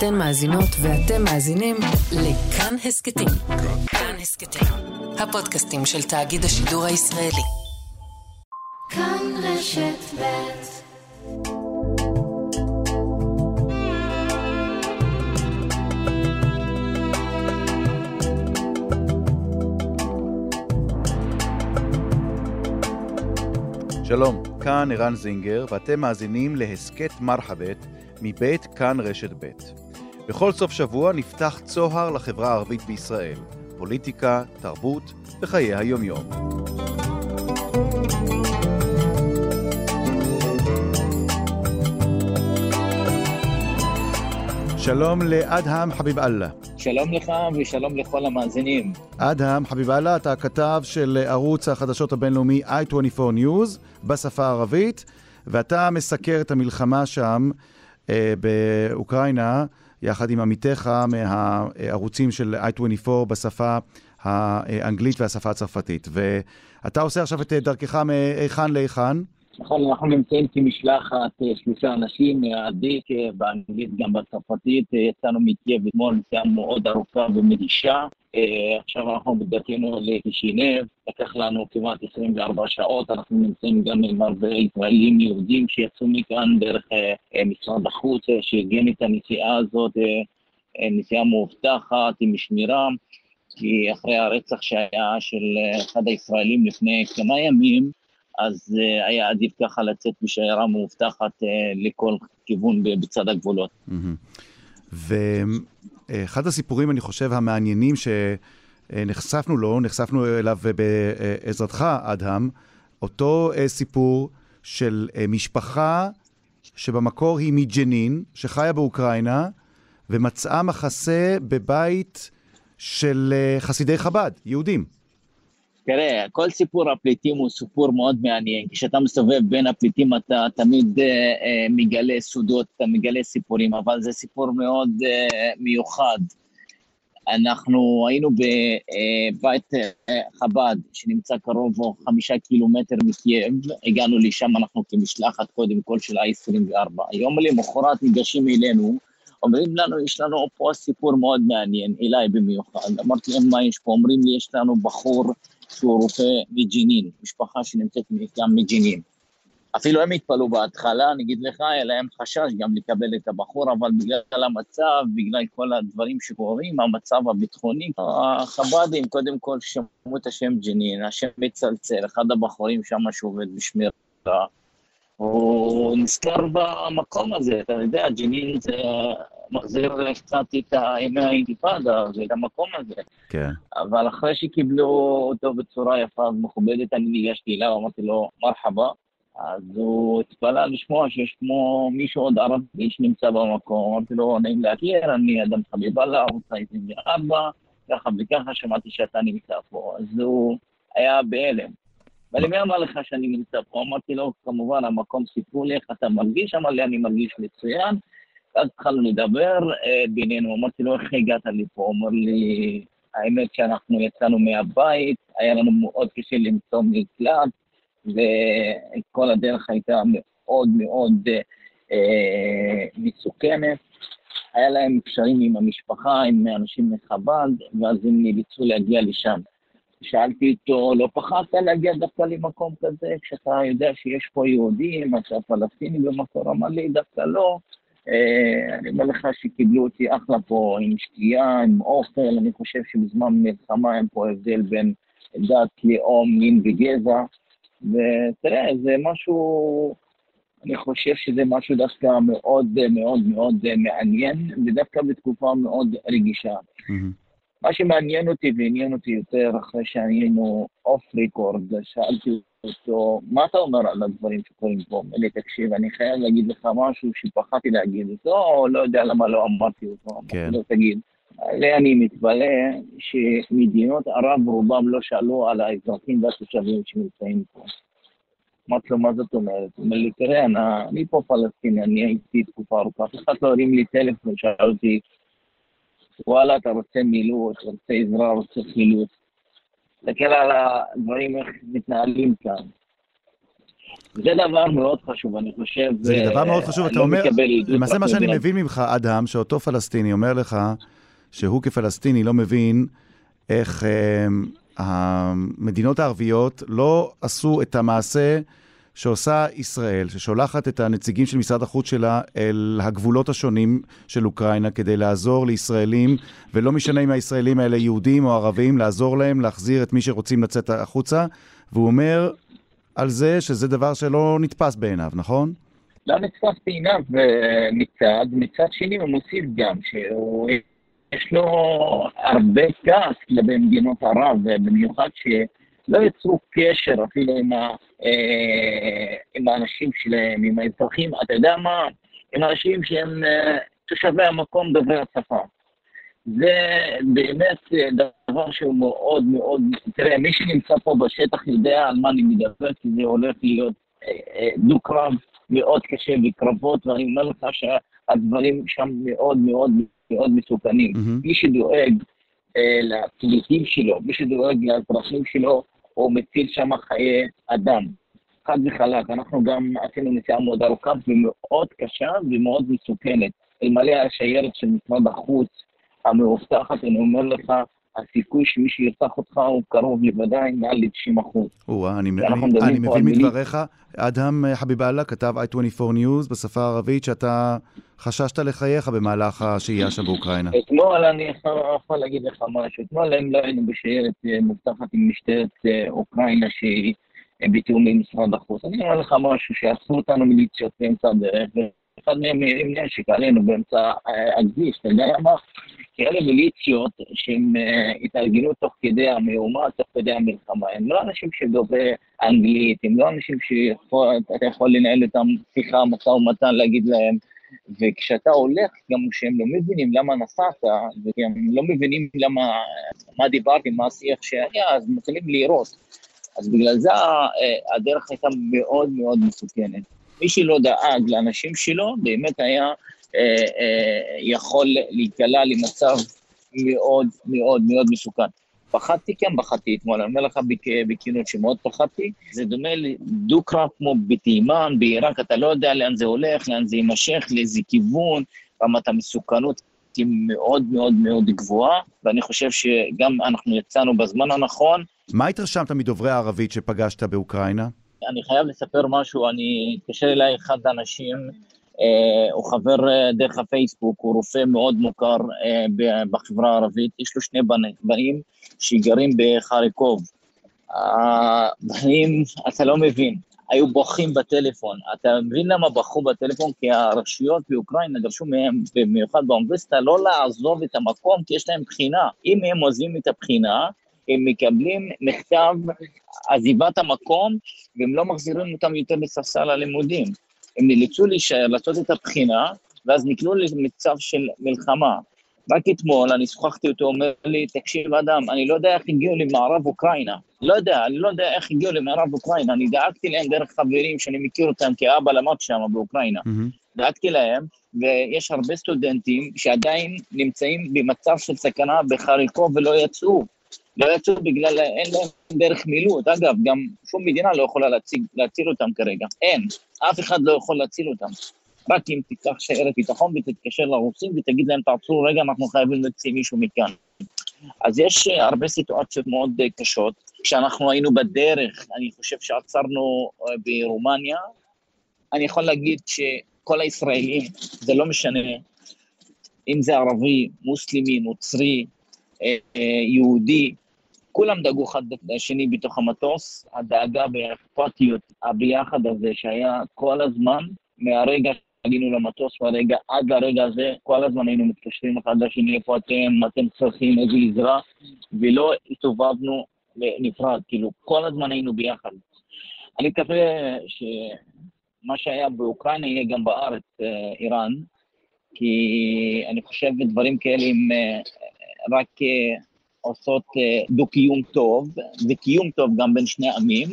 אתן מאזינות ואתם מאזינים לכאן הסקטים. כאן הסקטים, הפודקאסטים של תאגיד השידור הישראלי. כאן רשת ב'. שלום, כאן ערן זינגר, ואתם מאזינים להסקט מרחבת מבית כאן רשת בית. בכל סוף שבוע נפתח צוהר לחברה הערבית בישראל, פוליטיקה, תרבות וחיי היומיום. שלום לאדהם חביב אללה. שלום לך ושלום לכל המאזינים. אדהם חביב אללה, אתה הכתב של ערוץ החדשות הבינלאומי i24 News בשפה הערבית, ואתה מסקר את המלחמה שם באוקראינה, יחד עם עמיתיך מהערוצים של i24 בשפה האנגלית והשפה הצרפתית. ואתה עושה עכשיו את דרכך מאיכן לאיכן? נכון, אנחנו נמצאים כמשלחת 3 אנשים מהעדיק, באנגלית גם בצרפתית. יצאנו מקייב אתמול, נסיעה מאוד ארוכה ומדישה. עכשיו אנחנו בדרכנו לקישינב, לקח לנו כמעט 24 שעות. אנחנו נמצאים גם עם הרבה ישראלים יהודים שיצאו מכאן דרך משרד החוץ, שארגן את הנסיעה הזאת, נסיעה מאובטחת עם שמירה, כי אחרי הרצח שהיה של אחד הישראלים לפני כמה ימים, אז היה עדיף ככה לצאת בשיירה מאובטחת לכל כיוון בצד הגבולות. ואחד הסיפורים, אני חושב, המעניינים נחשפנו אליו בעזרתך, אדהם, אותו סיפור של משפחה שבמקור היא מג'נין, שחיה באוקראינה, ומצאה מחסה בבית של חסידי חב"ד, יהודים. תראה, כל סיפור הפליטים הוא סיפור מאוד מעניין. כשאתה מסתובב בין הפליטים אתה תמיד מגלה סודות, אתה מגלה סיפורים, אבל זה סיפור מאוד מיוחד. אנחנו היינו בבית חב"ד שנמצא קרוב 5 קילומטר מקייב, הגענו לשם אנחנו כמשלחת קודם כל של i24. היום למחרת ניגשים אלינו, אומרים לנו, יש לנו פה סיפור מאוד מעניין, אליי במיוחד. אמרתי להם מה יש פה, אומרים לי יש לנו בחור שהוא רופא מג'נין, משפחה שנמצאת גם מג'נין. אפילו הם התפלו בהתחלה, נגיד לך, היה להם חשש גם לקבל את הבחור, אבל בגלל המצב, בגלל כל הדברים שקורים, המצב הביטחוני, החב"דים קודם כל שמעו את השם ג'נין, השם מצלצל, אחד הבחורים שם שעובד בשמירה, הוא נזכר במקום הזה, אתה יודע, ג'נין זה מחזיר קצת את ימי האינתיפאדה, זה את המקום הזה. כן. אבל אחרי שקיבלו אותו בצורה יפה ומכובדת, אני ניגשתי אליו, אמרתי לו, מרחבה, אז הוא התפלא לשמוע שיש כמו מישהו עוד ערבי שנמצא במקום, אמרתי לו, נעים להכיר, אני אדם חביב אללה, ערוץ i24, ככה וככה, שמעתי שאתה נמצא פה, אז הוא היה בהלם. אבל מי אמר לך שאני נמצא פה? אמרתי לו, כמובן, המקום סיפרו לי איך אתה מרגיש, אמר לי, אני מרגיש מצוין, אז התחלנו לדבר בינינו, אמרתי לו, איך הגעת לי פה? אומר לי, האמת שאנחנו יצאנו מהבית, היה לנו מאוד קשה למצוא מקלט, וכל הדרך הייתה מאוד מאוד מסוכנת, היה להם קשרים עם המשפחה, עם אנשים מחב"ד, ואז הם נאלצו להגיע לשם. שאלתי איתו, לא פחדת להגיע דווקא למקום כזה, כשאתה יודע שיש פה יהודים, אתה פלסטיני במקור, אמר לי, דווקא לא. אני אומר לך שקיבלו אותי אחלה פה עם שתייה, עם אוכל, אני חושב שבזמן מלחמה אין פה הבדל בין דת, לאום, מין וגזע, ותראה, זה משהו, אני חושב שזה משהו דווקא מאוד מאוד מאוד מעניין, ודווקא בתקופה מאוד רגישה. מה שמעניין אותי ועניין אותי יותר אחרי שהיינו אוף ריקורד, שאלתי אותו, מה אתה אומר על הדברים שקוראים פה? אלי, תקשיב, אני חייב להגיד לך משהו שפחדתי להגיד אותו, או לא יודע למה לא אמרתי אותו. כן. לא תגיד. אני מתפלא שמדינות ערב רובם לא שאלו על האזרחים והתושבים שנמצאים פה. אמרתי לו, מה זאת אומרת? הוא אומר לי, תראה, אני פה פלסטיני, אני הייתי תקופה ארוכה, אחד לא הרים לי טלפון, שאל אותי, וואלה, אתה רוצה מילוט, רוצה עזרה, רוצה חילוץ. תסתכל על הדברים איך מתנהלים כאן. זה דבר מאוד חשוב, אני חושב. זה דבר מאוד חשוב, אתה אומר, למעשה מה שאני מבין ממך, אדם, שאותו פלסטיני אומר לך, שהוא כפלסטיני לא מבין איך המדינות הערביות לא עשו את המעשה שעושה ישראל, ששולחת את הנציגים של משרד החוץ שלה אל הגבולות השונים של אוקראינה, כדי לעזור לישראלים, ולא משנה אם הישראלים האלה יהודים או ערבים, לעזור להם להחזיר את מי שרוצים לצאת החוצה, והוא אומר על זה שזה דבר שלא נתפס בעיניו, נכון? לא נתפס בעיניו מצד שני הוא מוסיף גם שיש לו הרבה כעס במדינות ערב, במיוחד שלא יצרו קשר אפילו עם האנשים שלהם, עם האזרחים, אתה יודע מה, עם אנשים שהם תושבי המקום דוברי השפה. זה באמת דבר שהוא מאוד מאוד, תראה, מי שנמצא פה בשטח יודע על מה אני מדבר, כי זה הולך להיות דו-קרב מאוד קשה וקרבות, ואני אומר לך שהדברים שם מאוד מאוד מאוד מסוכנים. מי שדואג לפליטים שלו, מי שדואג לאזרחים שלו, הוא מציל שם חיי אדם. חד וחלק, אנחנו גם עשינו נסיעה מאוד ארוכה ומאוד קשה ומאוד מסוכנת. אלמלא השיירת של משרד החוץ המאובטחת, אני אומר לך, הסיכוי שמי שירצח אותך הוא קרוב לוודאי מעל ל-90%. אני מבין מדבריך, אדם חביב אללה כתב i24 News בשפה הערבית שאתה חששת לחייך במהלך השהייה שם באוקראינה. אתמול אני יכול להגיד לך משהו, אתמול הם לא היינו בשיירת מובטחת עם משטרת אוקראינה שהיא בתיאום עם משרד החוץ. אני אומר לך משהו שעשו אותנו מיליציות באמצע הדרך, אחד מהם עם נשק עלינו באמצע הכביש, אתה יודע מה? כי אלה מיליציות שהם התארגנו תוך כדי המהומה, תוך כדי המלחמה. הם לא אנשים שדוברים אנגלית, הם לא אנשים שאתה יכול לנהל אותם שיחה, משא ומתן, להגיד להם, וכשאתה הולך, גם שהם לא מבינים למה נסעת, והם לא מבינים מה דיברתי, מה השיח שהיה, אז מתחילים לירות. אז בגלל זה הדרך הייתה מאוד מאוד מסוכנת. מי שלא דאג לאנשים שלו, באמת היה יכול להיקלע למצב מאוד מאוד מאוד מסוכן. פחדתי אתמול, אני אומר לך בכנות שמאוד פחדתי, זה דומה לדו-קרב כמו בתימן, בעיראק, אתה לא יודע לאן זה הולך, לאן זה יימשך, לאיזה כיוון, רמת המסוכנות היא מאוד מאוד מאוד גבוהה, ואני חושב שגם אנחנו יצאנו בזמן הנכון. מה התרשמת מדוברי הערבית שפגשת באוקראינה? אני חייב לספר משהו, אני התקשר אליי אחד האנשים, הוא חבר דרך הפייסבוק, הוא רופא מאוד מוכר בחברה הערבית, יש לו שני בנים שגרים בחרקוב. הבנים, אתה לא מבין, היו בוכים בטלפון. אתה מבין למה בכו בטלפון? כי הרשויות באוקראינה דרשו מהם, במיוחד באוניברסיטה, לא לעזוב את המקום, כי יש להם בחינה. אם הם עוזבים את הבחינה, הם מקבלים מכתב עזיבת המקום, והם לא מחזירים אותם יותר לספסל הלימודים. הם נאלצו לעשות את הבחינה, ואז נקלעו למצב של מלחמה. רק אתמול אני שוחחתי אותו, אומר לי, תקשיב אדם, אני לא יודע איך הגיעו למערב אוקראינה. אני לא יודע איך הגיעו למערב אוקראינה. אני דאגתי להם דרך חברים שאני מכיר אותם, כי אבא למד שם באוקראינה. דאגתי להם, ויש הרבה סטודנטים שעדיין נמצאים במצב של סכנה בחרקוב ולא יצאו. לא יצאו בגלל, אין להם דרך מילוט. אגב, גם שום מדינה לא יכולה להציל אותם כרגע. אין. אף אחד לא יכול להציל אותם. רק אם תיקח שיירת ביטחון ותתקשר לרוסים ותגיד להם, תעצרו רגע, אנחנו חייבים להוציא מישהו מכאן. אז יש הרבה סיטואציות מאוד קשות. כשאנחנו היינו בדרך, אני חושב שעצרנו ברומניה, אני יכול להגיד שכל הישראלים, זה לא משנה, אם זה ערבי, מוסלמי, נוצרי, יהודי, כולם דאגו אחד לשני בתוך המטוס, הדאגה והאכפתיות, הביחד הזה שהיה כל הזמן, מהרגע שעלינו למטוס עד לרגע הזה, כל הזמן היינו מתקשרים אחד לשני, איפה אתם צריכים איזו עזרה, ולא הסתובבנו נפרד, כאילו כל הזמן היינו ביחד. אני מקווה שמה שהיה באוקראינה יהיה גם בארץ, איראן, כי אני חושב בדברים כאלה הם רק עושות דו-קיום טוב, וקיום טוב גם בין שני עמים,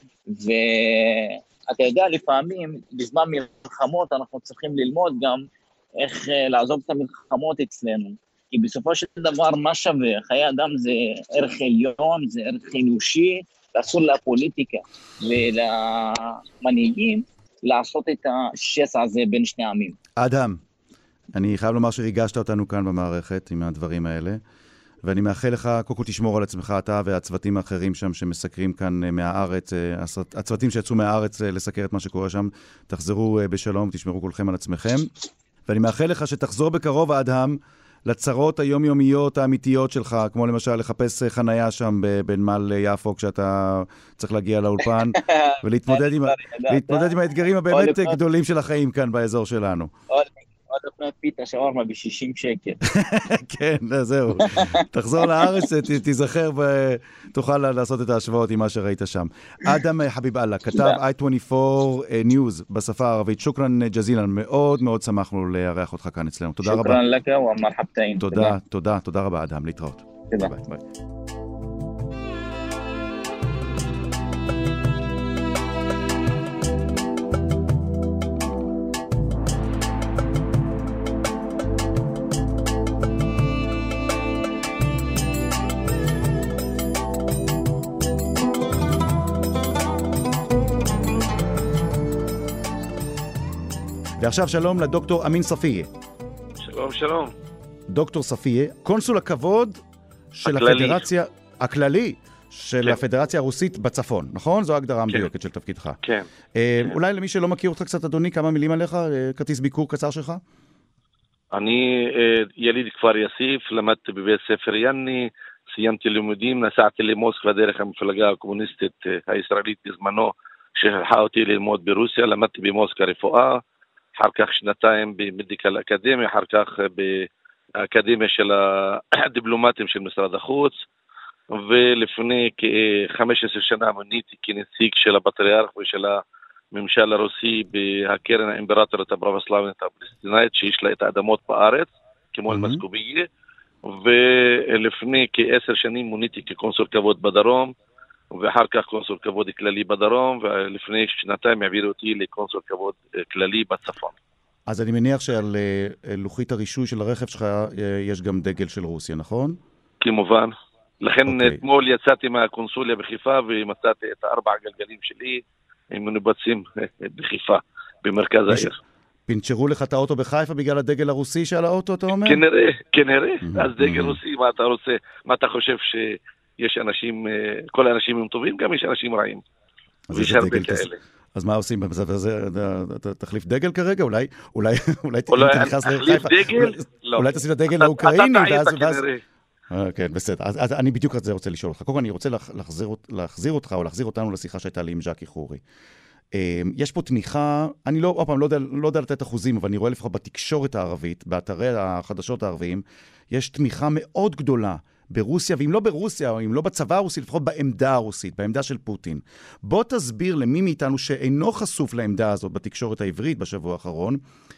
ואתה יודע, לפעמים, בזמן מלחמות, אנחנו צריכים ללמוד גם איך לעזוב את המלחמות אצלנו, כי בסופו של דבר, מה שווה? חיי אדם זה ערך עליון, זה ערך אנושי, אסור לפוליטיקה ולמנהיגים לעשות את השסע הזה בין שני העמים. אדם, אני חייב לומר שריגשת אותנו כאן במערכת עם הדברים האלה, ואני מאחל לך, קודם כל תשמור על עצמך אתה והצוותים האחרים שם שמסקרים כאן מהארץ, הצוותים שיצאו מהארץ לסקר את מה שקורה שם, תחזרו בשלום, תשמרו כולכם על עצמכם, ואני מאחל לך שתחזור בקרוב, אדם, לצרות היומיומיות האמיתיות שלך, כמו למשל לחפש חנייה שם בנמל יפו כשאתה צריך להגיע לאולפן, ולהתמודד עם האתגרים הבאמת גדולים של החיים כאן באזור שלנו. עוד לפני פיתה שווארמה ב-60 שקל. כן, זהו. תחזור לארץ, תיזכר ותוכל לעשות את ההשוואות עם מה שראית שם. אדם חביב אללה, כתב i24 News בשפה הערבית. שוקרן ג'זילן, מאוד מאוד שמחנו לארח אותך כאן אצלנו. תודה רבה. שוקרן לך ומרחבתאים. תודה רבה אדם, להתראות. תודה. ביי. ועכשיו שלום לדוקטור אמין ספיה. שלום. דוקטור ספיה, קונסול הכבוד של הפדרציה הכללי של הפדרציה הרוסית בצפון, נכון? זו ההגדרה המדויקת של תפקידך. כן. אולי למי שלא מכיר אותך קצת, אדוני, כמה מילים עליך, כרטיס ביקור קצר שלך? אני יליד כפר יאסיף, למדתי בבית ספר יני, סיימתי לימודים, נסעתי למוסקבה דרך המפלגה הקומוניסטית הישראלית בזמנו, ששלחה אותי ללמוד ברוסיה, למדתי במוסקבה רפואה, אחר כך שנתיים במדיקל אקדמיה, אחר כך באקדמיה של הדיפלומטים של משרד החוץ, ולפני כ-15 שנה מוניתי כנציג של הפטריארך ושל הממשל הרוסי בהקרן האימפרטורית הפרבוסלבית הפלסטינאית, שיש לה את האדמות בארץ, כמו אל-מסקוביה, ולפני כ10 שנים מוניתי כקונסול כבוד בדרום, ואחר כך קונסול כבוד כללי בדרום, ולפני שנתיים העבירו אותי לקונסול כבוד כללי בצפון. אז אני מניח שעל לוחית הרישוי של הרכב שלך יש גם דגל של רוסיה, נכון? כמובן. לכן אתמול יצאתי מהקונסוליה בחיפה, ומצאתי את 4 הגלגלים שלי, הם מנובצים בחיפה, במרכז העיר. פינצ'רו לך את האוטו בחיפה בגלל הדגל הרוסי שעל האוטו, אתה אומר? כנראה. אז דגל רוסי, מה אתה רוצה? מה אתה חושב יש אנשים, כל האנשים הם טובים, גם יש אנשים רעים. ויש הרבה כאלה. אז מה עושים במצב הזה? אתה תחליף דגל כרגע? אולי תחליף דגל? אולי תשים את הדגל האוקראיני, אתה טעית כנראה. כן, בסדר. אז אני בדיוק רוצה לשאול אותך. קודם כל, אני רוצה להחזיר אותך, או להחזיר אותנו לשיחה שהייתה לי עם ז'קי חורי. יש פה תמיכה, אני לא יודע לתת אחוזים, אבל אני רואה לפחות בתקשורת הערבית, באתרי החדשות הערביים, יש תמיכה מאוד גדולה ברוסיה, ואם לא ברוסיה, או אם לא בצבא הרוסי, לפחות בעמדה הרוסית, בעמדה של פוטין. בוא תסביר למי מאיתנו שאינו חשוף לעמדה הזאת בתקשורת העברית בשבוע האחרון,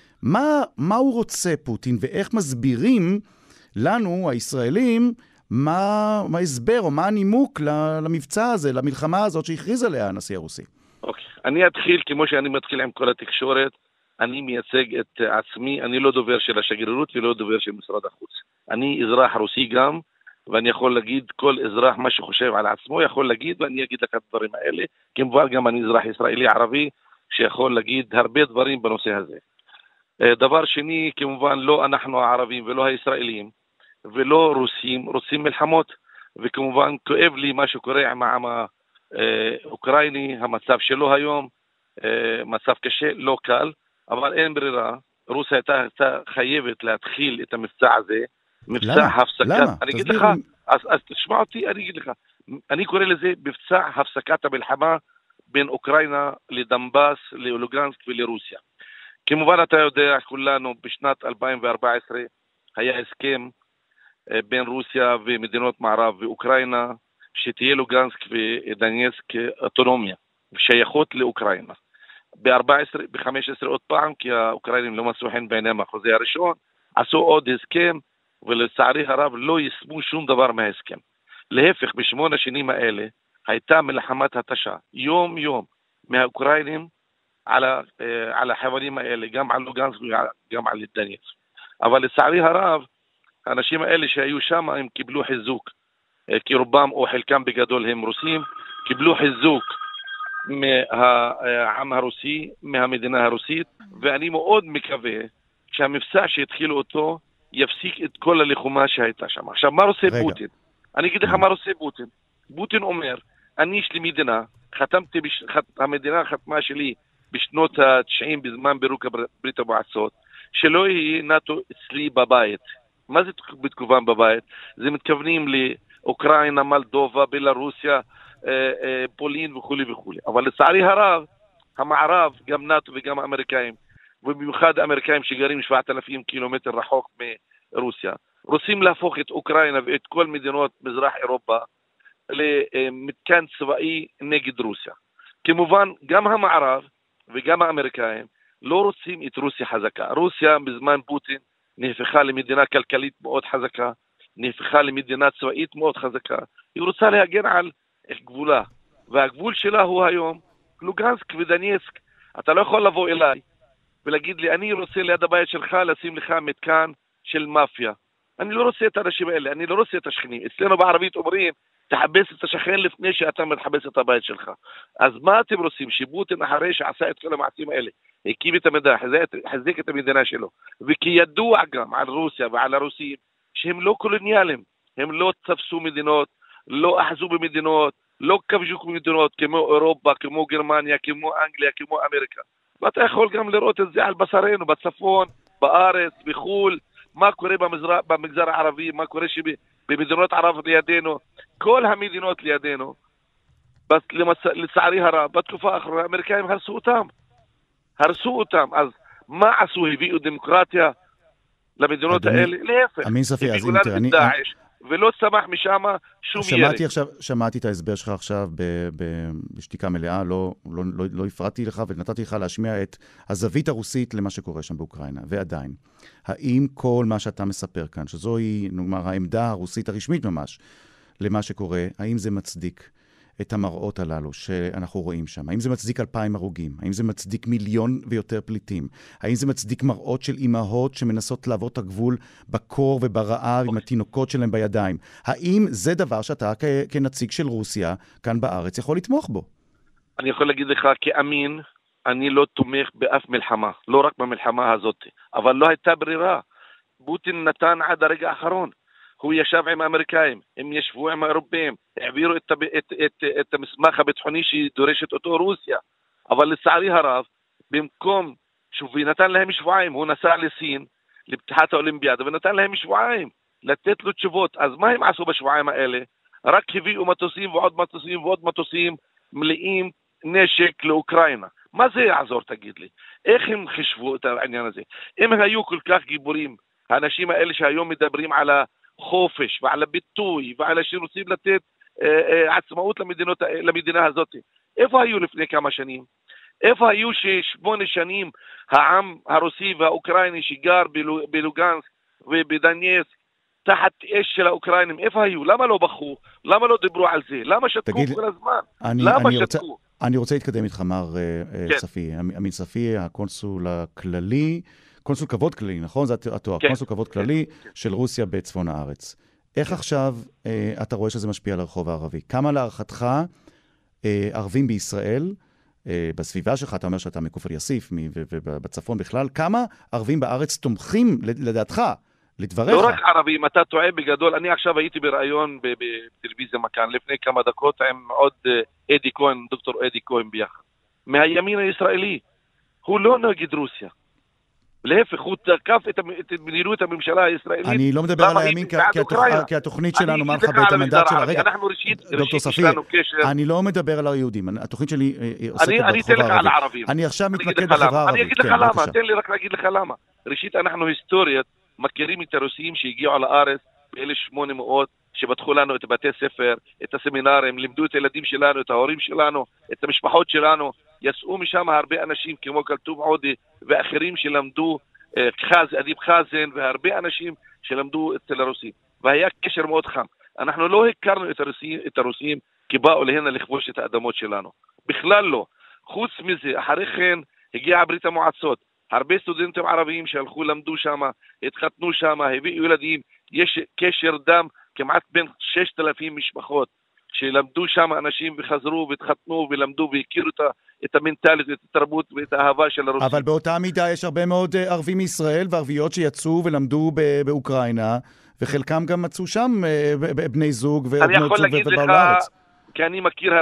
מה הוא רוצה פוטין, ואיך מסבירים לנו, הישראלים, מה ההסבר, או מה הנימוק למבצע הזה, למלחמה הזאת שהכריז עליה הנשיא הרוסי. אוקיי. אני אתחיל כמו שאני מתחיל עם כל התקשורת, אני מייצג את עצמי, אני לא דובר של השגרירות ולא דובר של משרד החוץ. אני אזרח רוסי גם, ואני יכול להגיד, כל אזרח מה שחושב על עצמו יכול להגיד, ואני אגיד לך את הדברים האלה. כמובן גם אני אזרח ישראלי ערבי, שיכול להגיד הרבה דברים בנושא הזה. דבר שני, כמובן לא אנחנו הערבים ולא הישראלים, ולא רוסים, רוצים מלחמות, וכמובן כואב לי מה שקורה עם העם האוקראיני, המצב שלו היום, מצב קשה, לא קל, אבל אין ברירה. רוסיה הייתה חייבת להתחיל את המבצע הזה, מבצע הפסקת... למה? אני אגיד לך, אז תשמע אותי, אני אגיד לך. אני קורא לזה מבצע הפסקת המלחמה בין אוקראינה לדנבאס, ללוגנסק ולרוסיה. כמובן אתה יודע, כולנו בשנת 2014 היה הסכם בין רוסיה ומדינות מערב ואוקראינה, שתהיה לוגנסק ודנייסק אוטונומיה, שייכות לאוקראינה. ב-15 עוד פעם, כי האוקראינים לא מצאו חן בעיניהם החוזה הראשון, עשו עוד הסכם, ולצערי הרב לא יישמו שום דבר מההסכם. להפך, ב8 השנים האלה, הייתה מלחמת התשה, יום יום, מהאוקראינים על החבלים האלה, גם על לוגנסק וגם על דנייסק. אבל לצערי הרב, האנשים האלה שהיו שם, הם קיבלו חיזוק, כי רובם או חלקם בגדול הם רוסים, קיבלו חיזוק מהעם הרוסי, מהמדינה הרוסית, ואני מאוד מקווה שהמבצע שהתחילו אותו יפסיק את כל הלחומה שהייתה שם. עכשיו, מה רוצה פוטין? אני אגיד לך מה רוצה פוטין. פוטין אומר, אני יש לי מדינה, המדינה חתמה שלי בשנות ה-90 בזמן פירוק ברית המועצות, שלא יהיה נאטו אצלי בבית. מה זה בתקובם בבית? זה מתכוונים לאוקראינה, מולדובה, בלרוסיה, פולין וכו' וכו'. אבל לצערי הרב, המערב, גם נאטו וגם האמריקאים, ובמיוחד האמריקאים שגרים 7,000 קילומטר רחוק מרוסיה, רוצים להפוך את אוקראינה ואת כל מדינות מזרח אירופה למתקן צבאי נגד רוסיה. כמובן, גם המערב וגם האמריקאים לא רוצים את רוסיה חזקה. רוסיה בזמן פוטין נהפכה למדינה כלכלית מאוד חזקה, נהפכה למדינה צבאית מאוד חזקה. היא רוצה להגן על גבולה, והגבול שלה הוא היום לוגנסק ודנייסק. אתה לא יכול לבוא אליי ולהגיד לי, אני רוצה ליד הבית שלך לשים לך מתקן של מאפיה. אני לא רוצה את האנשים האלה, אני לא רוצה את השכנים. אצלנו בערבית אומרים, תחבס את השכן לפני שאתה מתחבס את הבית שלך. אז מה אתם רוצים? שפוטין אחרי שעשה את כל המעשים האלה, הקים את המדינה, חזק את המדינה שלו, וכי ידוע גם על רוסיה ועל הרוסים, שהם לא קולוניאלים, הם לא תפסו מדינות, לא אחזו במדינות, לא כבשו במדינות כמו אירופה, כמו גרמניה, כמו אנגליה, כמו אמריקה. ואתה יכול גם לראות את זה על בשרנו, בצפון, בארץ, בחול, מה קורה במגזר הערבי, מה קורה במדינות ערב לידינו, כל המדינות לידינו, לצערי הרב, בתקופה האחרונה, האמריקאים הרסו אותם, אז מה עשו? הביאו דמוקרטיה למדינות האלה? להפך. אמין ספי, אז אם תראה, ולא צמח משם שום ירק. שמעתי את ההסבר שלך עכשיו בשתיקה מלאה, לא הפרעתי לך ונתתי לך להשמיע את הזווית הרוסית למה שקורה שם באוקראינה. ועדיין, האם כל מה שאתה מספר כאן, שזוהי, נאמר, העמדה הרוסית הרשמית ממש, למה שקורה, האם זה מצדיק את המראות הללו שאנחנו רואים שם? האם זה מצדיק 2,000 הרוגים? האם זה מצדיק 1,000,000 ויותר פליטים? האם זה מצדיק מראות של אימהות שמנסות לעבור את הגבול בקור וברעב עם התינוקות שלהם בידיים? האם זה דבר שאתה כנציג של רוסיה כאן בארץ יכול לתמוך בו? אני יכול להגיד לך כאמין, אני לא תומך באף מלחמה, לא רק במלחמה הזאת, אבל לא הייתה ברירה. פוטין נתן עד הרגע האחרון. הוא ישב עם האמריקאים, הם ישבו עם האירופאים, העבירו את המסמך הביטחוני שדורשת אותו רוסיה. אבל לצערי הרב, במקום ונתן להם שבועיים, הוא נסע לסין, לפתיחת האולימפיאדה, ונתן להם שבועיים לתת לו תשובות. אז מה הם עשו בשבועיים האלה? רק הביאו מטוסים ועוד מטוסים ועוד מטוסים מלאים נשק לאוקראינה. מה זה יעזור, תגיד לי? איך הם חשבו את העניין הזה? אם הם היו כל כך גיבורים, האנשים האלה שהיום מדברים על החופש ועל הביטוי ועל שרוצים לתת עצמאות למדינה הזאת, איפה היו לפני כמה שנים? איפה היו ש8 שנים העם הרוסי והאוקראיני שגר בלוגנסק ובדנייסק תחת אש של האוקראינים, איפה היו? למה לא בחו? למה לא דיברו על זה? למה שתקו כל הזמן? למה שתקו? אני רוצה להתקדם איתך, מר ספי. אמין ספי, הקונסול הכללי, קונסול כבוד כללי, נכון? זה התואר, קונסול כבוד כללי של רוסיה בצפון הארץ. איך עכשיו אתה רואה שזה משפיע על הרחוב הערבי? כמה להערכתך ערבים בישראל, בסביבה שלך, אתה אומר שאתה מכפר יאסיף ובצפון בכלל, כמה ערבים בארץ תומכים לדעתך, לדבריך? לא רק ערבים, אתה טועה בגדול. אני עכשיו הייתי בראיון בטלוויזיה מכאן לפני כמה דקות עם עוד אדי כהן, דוקטור אדי כהן ביחד. מהימין הישראלי. הוא לא נגד רוסיה. להפך, הוא תקף את מדיניות הממשלה הישראלית. אני לא מדבר על הימין כי התוכנית שלנו מה מכבד את המנדט שלה. רגע, דוקטור ספי, אני לא מדבר על היהודים. התוכנית שלי עוסקת ברחוב הערבי. אני עכשיו מתמקד בחברה הערבית. אני אגיד לך למה, תן לי רק להגיד לך למה. ראשית, אנחנו היסטורית מכירים את הרוסים שהגיעו על הארץ ב-1800, שפתחו לנו את בתי ספר, את הסמינרים, לימדו את הילדים שלנו, את ההורים שלנו, את המשפחות שלנו. יצאו משם הרבה אנשים כמו כלתום עודי ואחרים שלמדו, אדיב חזן והרבה אנשים שלמדו אצל הרוסים. והיה קשר מאוד חם. אנחנו לא הכרנו את הרוסים כי באו להנה לכבוש את האדמות שלנו. בכלל לא. חוץ מזה, אחרי כן הגיעה ברית המועצות. הרבה סטודנטים ערביים שהלכו למדו שם, התחתנו שם, הביאו ילדים. יש קשר דם כמעט בין 6,000 משפחות שלמדו שם אנשים וחזרו והתחתנו ולמדו והכירו את המנטליות, את התרבות ואת האהבה של הרוסים. אבל באותה מידה יש הרבה מאוד ערבים מישראל וערביות שיצאו ולמדו באוקראינה, וחלקם גם מצאו שם בני זוג ובנות זוג ובאו לארץ. כי אני מכיר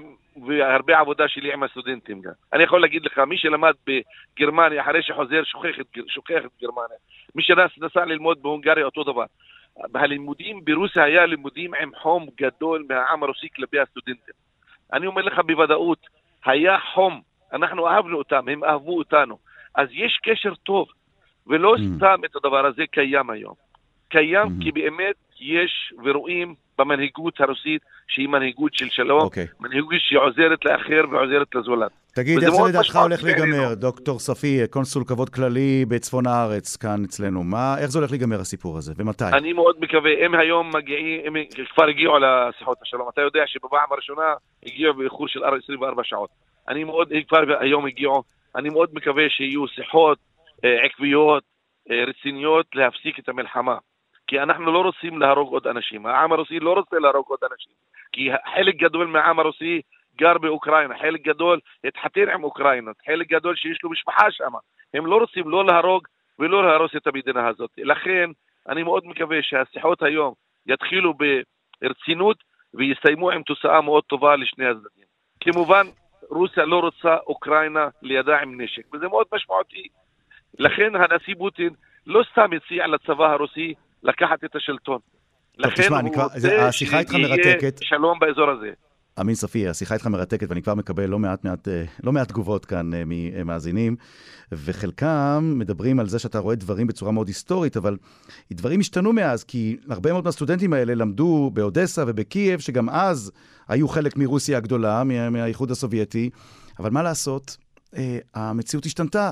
הרבה עבודה שלי עם הסטודנטים גם. אני יכול להגיד לך, מי שלמד בגרמניה, אחרי שחוזר שוכח את גרמניה. מי שנסע ללמוד בהונגריה, אותו דבר. הלימודים ברוסיה היה לימודים עם חום גדול מהעם הרוסי כלפי הסטודנטים. אני אומר לך בוודאות, היה חום, אנחנו אהבנו אותם, הם אהבו אותנו. אז יש קשר טוב, ולא סתם את הדבר הזה קיים היום. קיים כי באמת יש ורואים במנהיגות הרוסית שהיא מנהיגות של שלום, מנהיגות שעוזרת לאחר ועוזרת לזולת. תגיד, איך זה לדעתך הולך להיגמר, דוקטור ספי, קונסול כבוד כללי בצפון הארץ כאן אצלנו, איך זה הולך להיגמר הסיפור הזה, ומתי? אני מאוד מקווה, הם היום מגיעים, הם כבר הגיעו לשיחות השלום, אתה יודע שבפעם הראשונה הגיעו באיחור של 24 שעות, כבר היום הגיעו, אני מאוד מקווה שיהיו שיחות עקביות, רציניות להפסיק את המלחמה. כי אנחנו לא רוצים להרוג עוד אנשים. העם הרוסי לא רוצה להרוג עוד אנשים. כי חלק גדול מהעם הרוסי גר באוקראינה. חלק גדול התחתן עם אוקראינה. חלק גדול שיש לו משפחה שם. הם לא רוצים לא להרוג ולא להרוס את המדינה הזאת. לכן אני מאוד מקווה שהשיחות היום יתחילו ברצינות ויסיימו עם תוצאה מאוד טובה לשני הצדדים. כמובן, רוסיה לא רוצה אוקראינה לידה עם נשק. וזה מאוד משמעותי. לכן הנשיא פוטין לא סתם הציע לצבא הרוסי לקחת את השלטון. לכן הוא רוצה שיהיה שלום באזור הזה. אמין ספי, השיחה איתך מרתקת, ואני כבר מקבל לא מעט תגובות כאן ממאזינים, וחלקם מדברים על זה שאתה רואה דברים בצורה מאוד היסטורית, אבל דברים השתנו מאז, כי הרבה מאוד מהסטודנטים האלה למדו באודסה ובקייב, שגם אז היו חלק מרוסיה הגדולה, מהאיחוד הסובייטי, אבל מה לעשות? המציאות השתנתה,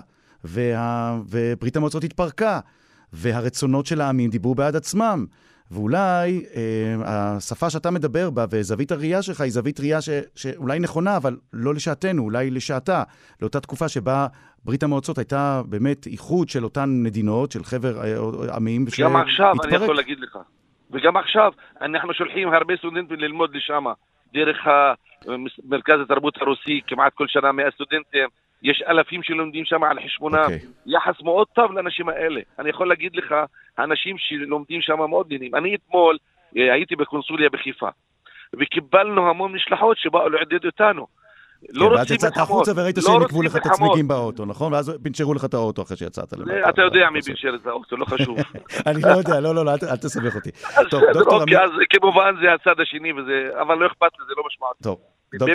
וברית המועצות התפרקה, והרצונות של העמים דיברו בעד עצמם. ואולי השפה שאתה מדבר בה וזווית הראייה שלך היא זווית ראייה שאולי נכונה, אבל לא לשעתנו, אולי לשעתה, לאותה תקופה שבה ברית המועצות הייתה באמת איחוד של אותן מדינות, של חבר עמים. גם עכשיו אני יכול להגיד לך, וגם עכשיו אנחנו שולחים הרבה סטודנטים ללמוד לשם, דרך מרכז התרבות הרוסי, כמעט כל שנה 100 סטודנטים, יש אלפים שלומדים שם על חשבונם. יחס מאוד טוב לאנשים האלה. אני יכול להגיד לך, האנשים שלומדים שם מאוד נהנים. אני אתמול הייתי בקונסוליה בחיפה, וקיבלנו המון משלחות שבאו לעודד אותנו. ואז יצאת החוצה וראית שנקבו לך את הצמיגים באוטו, נכון? ואז פינצ'רו לך את האוטו אחרי שיצאת. אתה יודע מי פינצ'ר את האוטו, לא חשוב. אני לא יודע, לא, אל תסבך אותי. אוקיי, אז כמובן זה הצד השני, אבל לא אכפת לזה, לא משמעותי. טוב,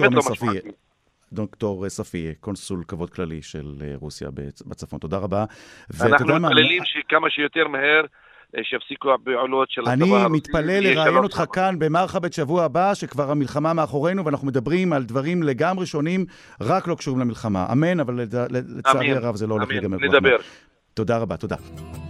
דוקטור ספי, קונסול כבוד כללי של רוסיה בצפון. תודה רבה. אנחנו מתפללים שכמה שיותר מהר שיפסיקו הפעולות של הצבא הרוסי. אני מתפלל לראיין אותך כאן במרחבת שבוע הבא, שכבר המלחמה מאחורינו, ואנחנו מדברים על דברים לגמרי שונים, רק לא קשורים למלחמה. אמן, אבל לצערי הרב זה לא הולך להיגמר. נדבר. תודה רבה, תודה.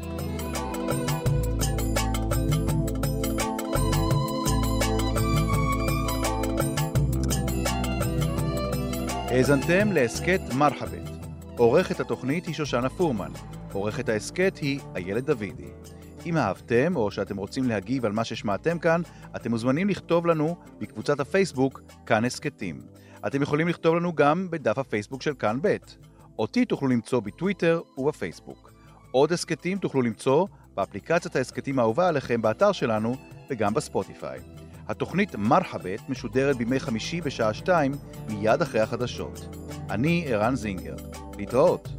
האזנתם להסכת מרחבת. עורכת התוכנית היא שושנה פורמן. עורכת ההסכת היא איילת דוידי. אם אהבתם או שאתם רוצים להגיב על מה ששמעתם כאן, אתם מוזמנים לכתוב לנו בקבוצת הפייסבוק כאן הסכתים. אתם יכולים לכתוב לנו גם בדף הפייסבוק של כאן ב'. אותי תוכלו למצוא בטוויטר ובפייסבוק. עוד הסכתים תוכלו למצוא באפליקציית ההסכתים האהובה עליכם באתר שלנו וגם בספוטיפיי. התוכנית מרחבת משודרת בימי חמישי בשעה 2 מיד אחרי החדשות. אני ערן זינגר. להתראות.